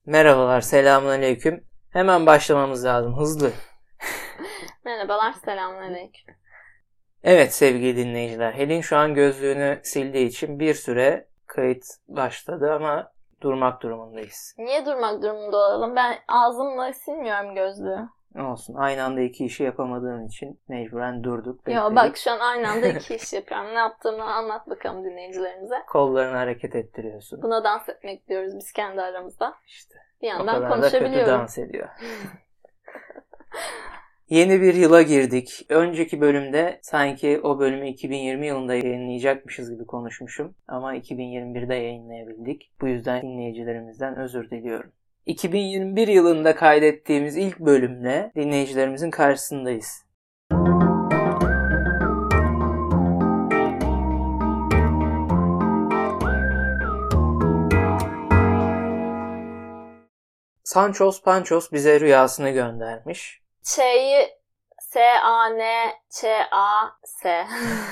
Merhabalar, selamünaleyküm. Hemen başlamamız lazım, hızlı. Merhabalar, selamünaleyküm. Evet sevgili dinleyiciler, Helin şu an gözlüğünü sildiği için bir süre kayıt başladı ama durmak durumundayız. Niye durmak durumunda olalım? Ben ağzımla silmiyorum gözlüğü. Olsun, aynı anda iki işi yapamadığın için mecburen durduk, bekledik. Yo bak şu an aynı anda iki iş yapıyorum. Ne yaptığımı anlat bakalım dinleyicilerimize. Kollarını hareket ettiriyorsun. Buna dans etmek diyoruz biz kendi aramızda. İşte. Bir yandan o kadar konuşabiliyorum. da kötü dans ediyor. Yeni bir yıla girdik. Önceki bölümde sanki o bölümü 2020 yılında yayınlayacakmışız gibi konuşmuşum. Ama 2021'de yayınlayabildik. Bu yüzden dinleyicilerimizden özür diliyorum. 2021 yılında kaydettiğimiz ilk bölümle dinleyicilerimizin karşısındayız. Sanchos Panchos bize rüyasını göndermiş. Ç'yi S-A-N-Ç-A-S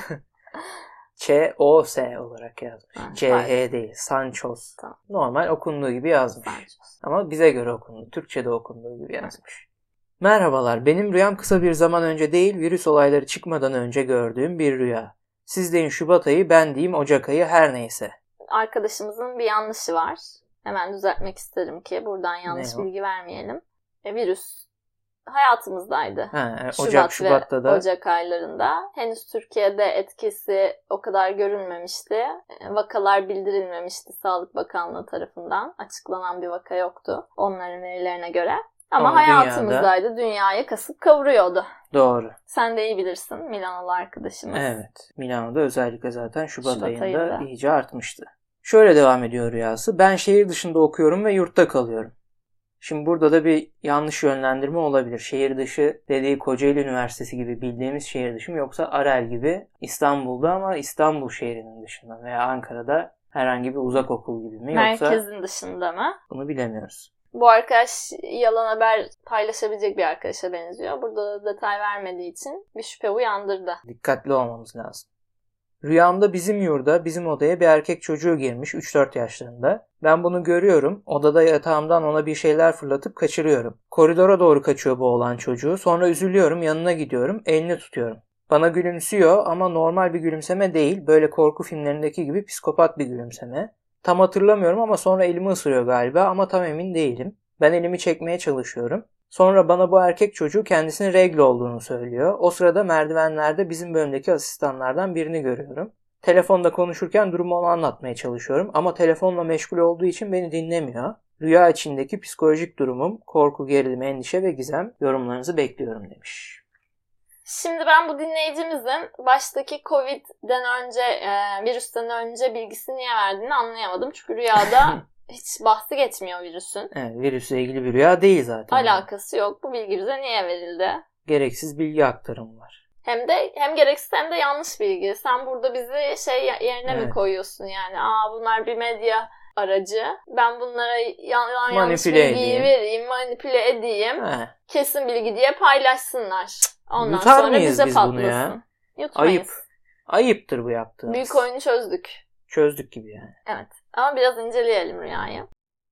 Ç-O-S olarak yazmış. C-H değil. Sanchos. Tamam. Normal okunduğu gibi yazmış. Sanchos. Ama bize göre okundu. Türkçe'de okunduğu gibi yazmış. Merhabalar. Benim rüyam kısa bir zaman önce değil, virüs olayları çıkmadan önce gördüğüm bir rüya. Siz deyin Şubat ayı, ben diyeyim Ocak ayı, her neyse. Arkadaşımızın bir yanlışı var. Hemen düzeltmek isterim ki buradan yanlış bilgi vermeyelim. Virüs hayatımızdaydı. Şubat'ta da. Ocak aylarında. Henüz Türkiye'de etkisi o kadar görülmemişti. Vakalar bildirilmemişti Sağlık Bakanlığı tarafından. Açıklanan bir vaka yoktu onların verilerine göre. Ama hayatımızdaydı. Dünyayı kasıp kavuruyordu. Doğru. Sen de iyi bilirsin, Milanoğlu arkadaşımız. Evet. Milano'da özellikle zaten Şubat ayında iyice artmıştı. Şöyle devam ediyor rüyası. Ben şehir dışında okuyorum ve yurtta kalıyorum. Şimdi burada da bir yanlış yönlendirme olabilir. Şehir dışı dediği Kocaeli Üniversitesi gibi bildiğimiz şehir dışı mı, yoksa Arel gibi İstanbul'da ama İstanbul şehrinin dışında veya Ankara'da herhangi bir uzak okul gibi mi, yoksa merkezin dışında mı? Bunu bilemiyoruz. Bu arkadaş yalan haber paylaşabilecek bir arkadaşa benziyor. Burada da detay vermediği için bir şüphe uyandırdı. Dikkatli olmamız lazım. Rüyamda bizim yurda, bizim odaya bir erkek çocuğu girmiş 3-4 yaşlarında. Ben bunu görüyorum. Odada yatağımdan ona bir şeyler fırlatıp kaçırıyorum. Koridora doğru kaçıyor bu oğlan çocuğu. Sonra üzülüyorum, yanına gidiyorum, elini tutuyorum. Bana gülümsüyor ama normal bir gülümseme değil. Böyle korku filmlerindeki gibi psikopat bir gülümseme. Tam hatırlamıyorum ama sonra elimi ısırıyor galiba ama tam emin değilim. Ben elimi çekmeye çalışıyorum. Sonra bana bu erkek çocuğu kendisinin regle olduğunu söylüyor. O sırada merdivenlerde bizim bölümdeki asistanlardan birini görüyorum. Telefonda konuşurken durumu ona anlatmaya çalışıyorum ama telefonla meşgul olduğu için beni dinlemiyor. Rüya içindeki psikolojik durumum, korku, gerilim, endişe ve gizem, yorumlarınızı bekliyorum demiş. Şimdi ben bu dinleyicimizin baştaki Covid'den önce, virüsten önce bilgisini niye verdiğini anlayamadım. Çünkü rüyada hiç bahsi geçmiyor virüsün. Evet, virüsle ilgili bir rüya değil zaten. Alakası yok. Bu bilgi bize niye verildi? Gereksiz bilgi aktarımı var. Hem gereksiz hem de yanlış bilgi. Sen burada bizi yerine mi koyuyorsun yani? Bunlar bir medya aracı. Ben bunlara yanlış bilgiyi vereyim, manipüle edeyim. Kesin bilgi diye paylaşsınlar. Ondan Yutar sonra mıyız bize biz patlasın. bunu ya? Yutmayız. Ayıp. Ayıptır bu yaptığımız. Büyük oyunu çözdük. Çözdük gibi yani. Evet. Ama biraz inceleyelim rüyayı.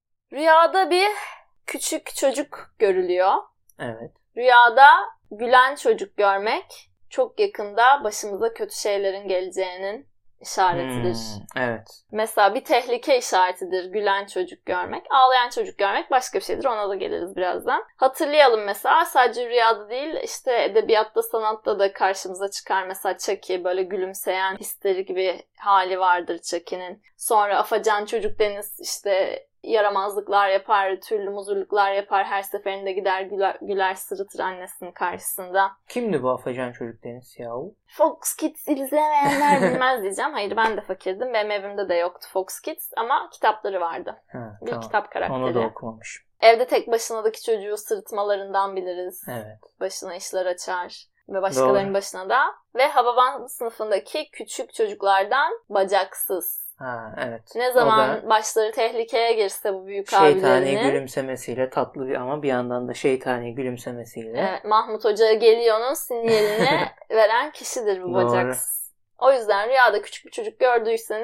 Rüyada bir küçük çocuk görülüyor. Evet. Rüyada gülen çocuk görmek çok yakında başımıza kötü şeylerin geleceğinin işaretidir. Evet. Mesela bir tehlike işaretidir gülen çocuk görmek. Ağlayan çocuk görmek başka bir şeydir. Ona da geliriz birazdan. Hatırlayalım mesela, sadece rüyada değil, işte edebiyatta, sanatta da karşımıza çıkar. Mesela Chucky, böyle gülümseyen, histerik bir hali vardır Chucky'nin. Sonra afacan çocuk Deniz işte yaramazlıklar yapar, türlü muzurluklar yapar. Her seferinde gider güler sırıtır annesinin karşısında. Kimdi bu afacan çocuk Deniz yahu? Fox Kids izlemeyenler bilmez diyeceğim. Hayır, ben de fakirdim. Benim evimde de yoktu Fox Kids ama kitapları vardı. Bir kitap karakteri. Onu da okumamışım. Evde tek başınadaki çocuğu sırıtmalarından biliriz. Evet. Başına işler açar. Ve başkalarının başına da. Ve Hababam sınıfındaki küçük çocuklardan bacaksız. Evet. Ne zaman başları tehlikeye girse bu büyük abilerinin. Şeytani gülümsemesiyle, tatlı bir ama bir yandan da şeytani gülümsemesiyle. Evet, Mahmut Hoca Gelion'un sinyalini veren kişidir bu bacaksız. O yüzden rüyada küçük bir çocuk gördüyseniz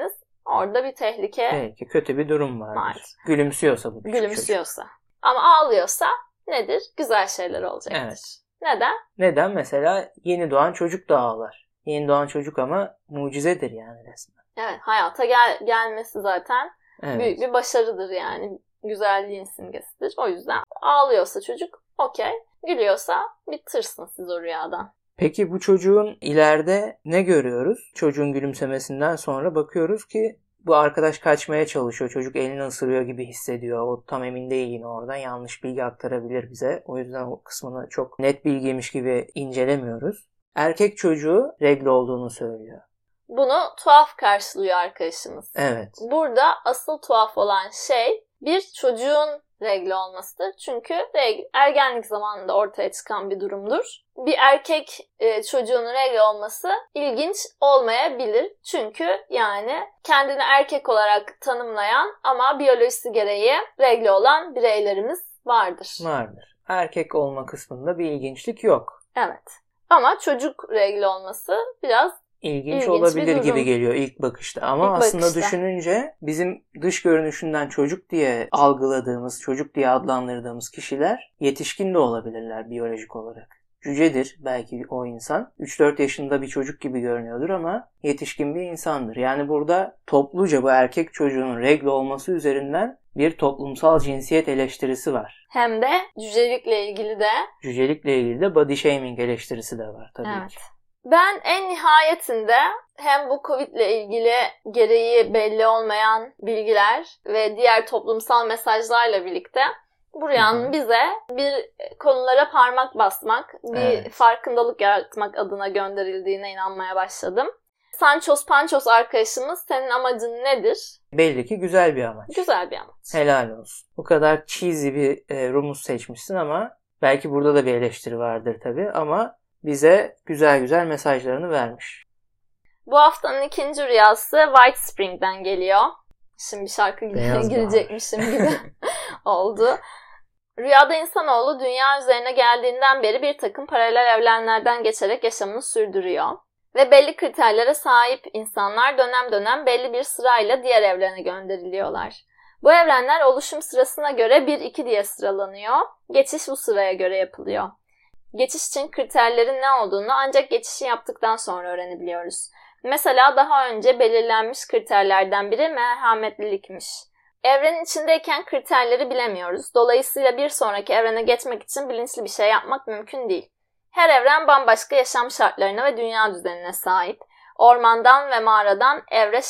orada bir tehlike Belki kötü bir durum vardır. var. Gülümsüyorsa bu küçük Gülümsüyorsa. Ama ağlıyorsa nedir? Güzel şeyler olacaktır. Evet. Neden? Neden? Mesela yeni doğan çocuk da ağlar. Yeni doğan çocuk ama mucizedir yani resmen. Evet, hayata gelmesi zaten büyük bir başarıdır yani. Güzelliğin simgesidir. O yüzden ağlıyorsa çocuk okey. Gülüyorsa bitirsin siz o rüyadan. Peki bu çocuğun ileride ne görüyoruz? Çocuğun gülümsemesinden sonra bakıyoruz ki bu arkadaş kaçmaya çalışıyor. Çocuk elini ısırıyor gibi hissediyor. O tam emin değil yine oradan. Yanlış bilgi aktarabilir bize. O yüzden o kısmını çok net bilgiymiş gibi incelemiyoruz. Erkek çocuğu regl olduğunu söylüyor. Bunu tuhaf karşılıyor arkadaşımız. Evet. Burada asıl tuhaf olan şey bir çocuğun regl olmasıdır. Çünkü ergenlik zamanında ortaya çıkan bir durumdur. Bir erkek çocuğunun regl olması ilginç olmayabilir. Çünkü yani kendini erkek olarak tanımlayan ama biyolojisi gereği regl olan bireylerimiz vardır. Vardır. Erkek olma kısmında bir ilginçlik yok. Evet. Ama çocuk regl olması biraz İlginç olabilir gibi geliyor ilk bakışta. Ama aslında düşününce bizim dış görünüşünden çocuk diye algıladığımız, çocuk diye adlandırdığımız kişiler yetişkin de olabilirler biyolojik olarak. Cücedir belki o insan. 3-4 yaşında bir çocuk gibi görünüyordur ama yetişkin bir insandır. Yani burada topluca bu erkek çocuğunun regl olması üzerinden bir toplumsal cinsiyet eleştirisi var. Hem de cücelikle ilgili de body shaming eleştirisi de var tabii ki. Ben en nihayetinde hem bu Covid ile ilgili gereği belli olmayan bilgiler ve diğer toplumsal mesajlarla birlikte bu rüyanın bize bir konulara parmak basmak, bir farkındalık yaratmak adına gönderildiğine inanmaya başladım. Sanchos Panchos arkadaşımız, senin amacın nedir? Belli ki güzel bir amaç. Güzel bir amaç. Helal olsun. Bu kadar cheesy bir rumuz seçmişsin ama belki burada da bir eleştiri vardır tabii ama bize güzel güzel mesajlarını vermiş. Bu haftanın ikinci rüyası White Spring'den geliyor. Şimdi bir şarkı girecekmişim gibi oldu. Rüyada insanoğlu dünya üzerine geldiğinden beri bir takım paralel evrenlerden geçerek yaşamını sürdürüyor. Ve belli kriterlere sahip insanlar dönem dönem belli bir sırayla diğer evrene gönderiliyorlar. Bu evrenler oluşum sırasına göre 1-2 diye sıralanıyor. Geçiş bu sıraya göre yapılıyor. Geçiş için kriterlerin ne olduğunu ancak geçişi yaptıktan sonra öğrenebiliyoruz. Mesela daha önce belirlenmiş kriterlerden biri merhametlilikmiş. Evrenin içindeyken kriterleri bilemiyoruz. Dolayısıyla bir sonraki evrene geçmek için bilinçli bir şey yapmak mümkün değil. Her evren bambaşka yaşam şartlarına ve dünya düzenine sahip. Ormandan ve mağaradan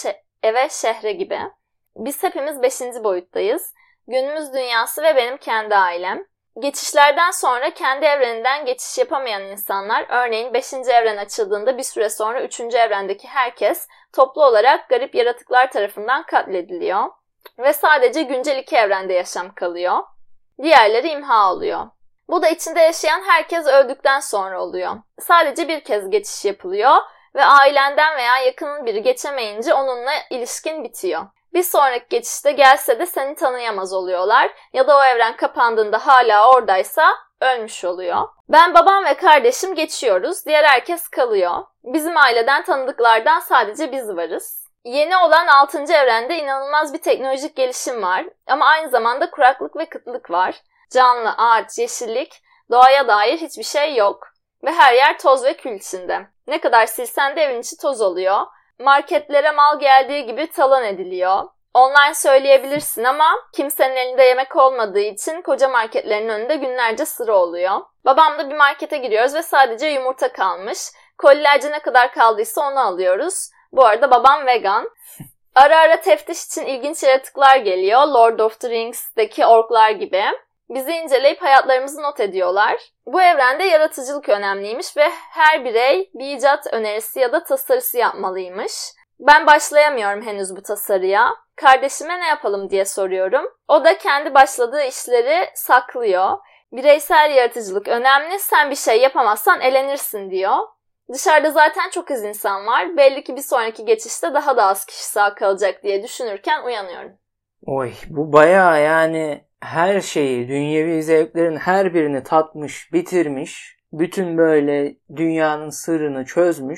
eve şehre gibi. Biz hepimiz 5. boyuttayız. Günümüz dünyası ve benim kendi ailem. Geçişlerden sonra kendi evreninden geçiş yapamayan insanlar, örneğin 5. evren açıldığında bir süre sonra 3. evrendeki herkes toplu olarak garip yaratıklar tarafından katlediliyor ve sadece güncel 2 evrende yaşam kalıyor. Diğerleri imha oluyor. Bu da içinde yaşayan herkes öldükten sonra oluyor. Sadece bir kez geçiş yapılıyor ve ailenden veya yakının biri geçemeyince onunla ilişkin bitiyor. Bir sonraki geçişte gelse de seni tanıyamaz oluyorlar ya da o evren kapandığında hala oradaysa ölmüş oluyor. Ben, babam ve kardeşim geçiyoruz, diğer herkes kalıyor. Bizim aileden tanıdıklardan sadece biz varız. Yeni olan 6. evrende inanılmaz bir teknolojik gelişim var ama aynı zamanda kuraklık ve kıtlık var. Canlı, ağaç, yeşillik, doğaya dair hiçbir şey yok ve her yer toz ve kül içinde. Ne kadar silsen de evin içi toz oluyor. Marketlere mal geldiği gibi talan ediliyor. Online söyleyebilirsin ama kimsenin elinde yemek olmadığı için koca marketlerin önünde günlerce sıra oluyor. Babamla bir markete giriyoruz ve sadece yumurta kalmış. Kolilerce ne kadar kaldıysa onu alıyoruz. Bu arada babam vegan. Ara ara teftiş için ilginç yaratıklar geliyor. Lord of the Rings'teki orklar gibi. Bizi inceleyip hayatlarımızı not ediyorlar. Bu evrende yaratıcılık önemliymiş ve her birey bir icat önerisi ya da tasarısı yapmalıymış. Ben başlayamıyorum henüz bu tasarıya. Kardeşime ne yapalım diye soruyorum. O da kendi başladığı işleri saklıyor. Bireysel yaratıcılık önemli, sen bir şey yapamazsan elenirsin diyor. Dışarıda zaten çok az insan var. Belli ki bir sonraki geçişte daha da az kişi sağ kalacak diye düşünürken uyanıyorum. Oy, bu bayağı yani her şeyi, dünyevi zevklerin her birini tatmış, bitirmiş. Bütün böyle dünyanın sırrını çözmüş.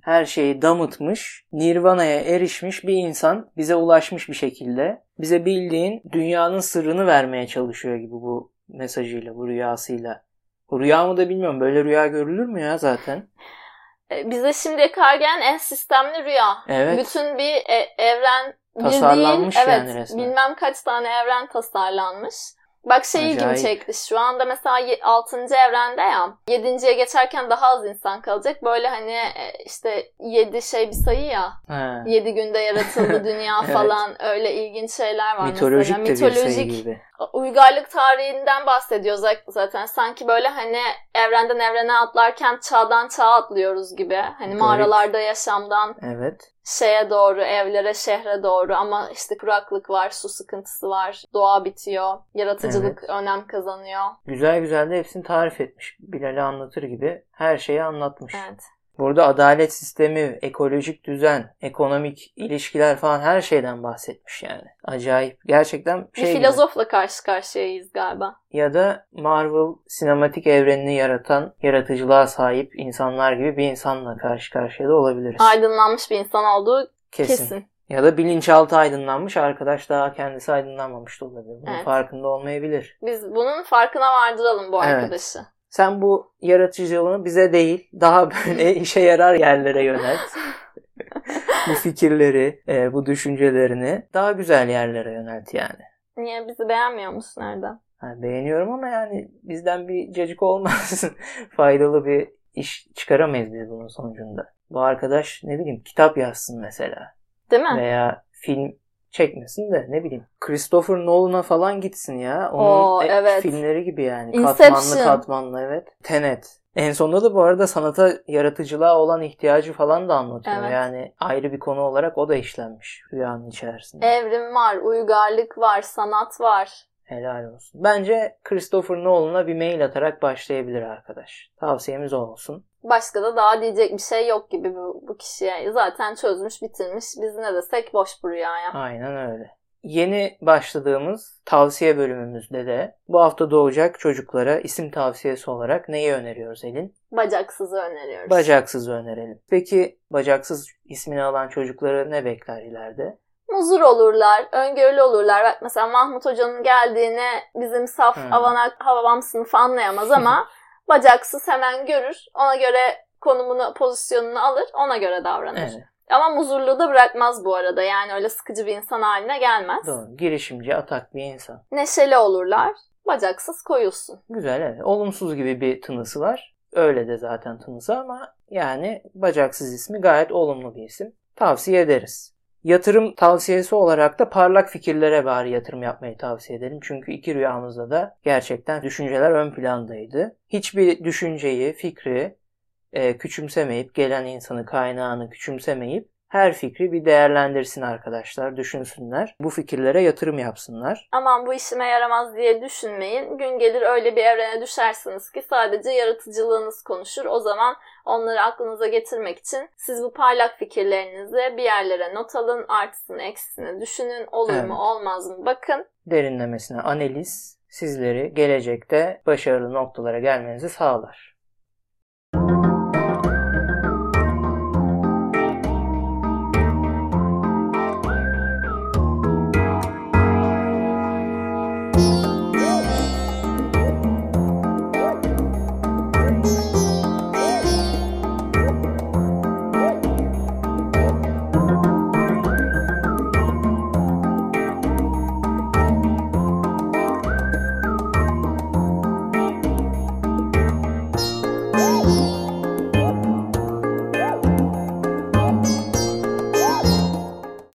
her şeyi damıtmış, nirvana'ya erişmiş bir insan bize ulaşmış bir şekilde. Bize bildiğin dünyanın sırrını vermeye çalışıyor gibi bu mesajıyla, bu rüyasıyla. Bu rüya mı da bilmiyorum. Böyle rüya görülür mü ya zaten? Bize şimdiye kadar gelen en sistemli rüya. Evet. Bütün bir evren tasarlanmış değil, yani evet, resmen. Bilmem kaç tane evren tasarlanmış. Bak ilgimi çekti. Şu anda mesela 6. evrende ya. 7.'ye geçerken daha az insan kalacak. Böyle hani işte 7 bir sayı ya. 7 günde yaratıldı dünya falan. Öyle ilginç şeyler var mitolojik mesela. Bir sayı gibi. Uygarlık tarihinden bahsediyor zaten. Sanki böyle hani evrenden evrene atlarken çağdan çağa atlıyoruz gibi. Hani mağaralarda yaşamdan şeye doğru, evlere, şehre doğru, ama işte kuraklık var, su sıkıntısı var, doğa bitiyor, yaratıcılık önem kazanıyor. Güzel güzel de hepsini tarif etmiş. Bilal'i anlatır gibi her şeyi anlatmış. Evet. Burada adalet sistemi, ekolojik düzen, ekonomik ilişkiler falan her şeyden bahsetmiş yani. Acayip. Gerçekten bir filozofla karşı karşıyayız galiba. Ya da Marvel sinematik evrenini yaratan, yaratıcılığa sahip insanlar gibi bir insanla karşı karşıya da olabiliriz. Aydınlanmış bir insan olduğu kesin. Ya da bilinçaltı aydınlanmış, arkadaş daha kendisi aydınlanmamış da olabilir. Bunun farkında olmayabilir. Biz bunun farkına vardıralım bu arkadaşı. Sen bu yaratıcılığını bize değil, daha böyle işe yarar yerlere yönelt. Bu fikirleri, bu düşüncelerini daha güzel yerlere yönelt yani. Niye? Bizi beğenmiyor musun Erdem? Beğeniyorum ama yani bizden bir cacık olmaz. Faydalı bir iş çıkaramayız biz bunun sonucunda. Bu arkadaş ne bileyim kitap yazsın mesela. Değil mi? Veya film çekmesin de ne bileyim Christopher Nolan'a falan gitsin ya. Onun filmleri gibi yani. Inception. Katmanlı Tenet. En sonunda da bu arada sanata, yaratıcılığa olan ihtiyacı falan da anlatıyor. Evet. Yani ayrı bir konu olarak o da işlenmiş rüyanın içerisinde. Evrim var, uygarlık var, sanat var. Helal olsun. Bence Christopher Nolan'a bir mail atarak başlayabilir arkadaş. Tavsiyemiz olsun. Başka da daha diyecek bir şey yok gibi bu kişiye. Zaten çözmüş, bitirmiş. Biz ne desek boş bu rüyaya. Aynen öyle. Yeni başladığımız tavsiye bölümümüzde de bu hafta doğacak çocuklara isim tavsiyesi olarak neyi öneriyoruz Elin? Bacaksız'ı öneriyoruz. Bacaksız'ı önerelim. Peki bacaksız ismini alan çocukları ne bekler ileride? Muzur olurlar, öngörülü olurlar. Bak mesela Mahmut Hoca'nın geldiğine bizim saf avanak havam sınıfı anlayamaz ama bacaksız hemen görür. Ona göre konumunu, pozisyonunu alır. Ona göre davranır. Evet. Ama muzurluğu da bırakmaz bu arada. Yani öyle sıkıcı bir insan haline gelmez. Doğru. Girişimci, atak bir insan. Neşeli olurlar. Bacaksız koyulsun. Güzel, evet. Olumsuz gibi bir tınısı var. Öyle de zaten tınısı ama yani bacaksız ismi gayet olumlu bir isim. Tavsiye ederiz. Yatırım tavsiyesi olarak da parlak fikirlere bari yatırım yapmayı tavsiye edelim. Çünkü iki rüyamızda da gerçekten düşünceler ön plandaydı. Hiçbir düşünceyi, fikri küçümsemeyip, gelen insanı, kaynağını küçümsemeyip her fikri bir değerlendirsin arkadaşlar, düşünsünler. Bu fikirlere yatırım yapsınlar. Aman bu işime yaramaz diye düşünmeyin. Gün gelir öyle bir evrene düşersiniz ki sadece yaratıcılığınız konuşur. O zaman onları aklınıza getirmek için siz bu parlak fikirlerinizi bir yerlere not alın. Artısını, eksisini düşünün. Olur mu, olmaz mı? Bakın. Derinlemesine analiz sizleri gelecekte başarılı noktalara gelmenizi sağlar.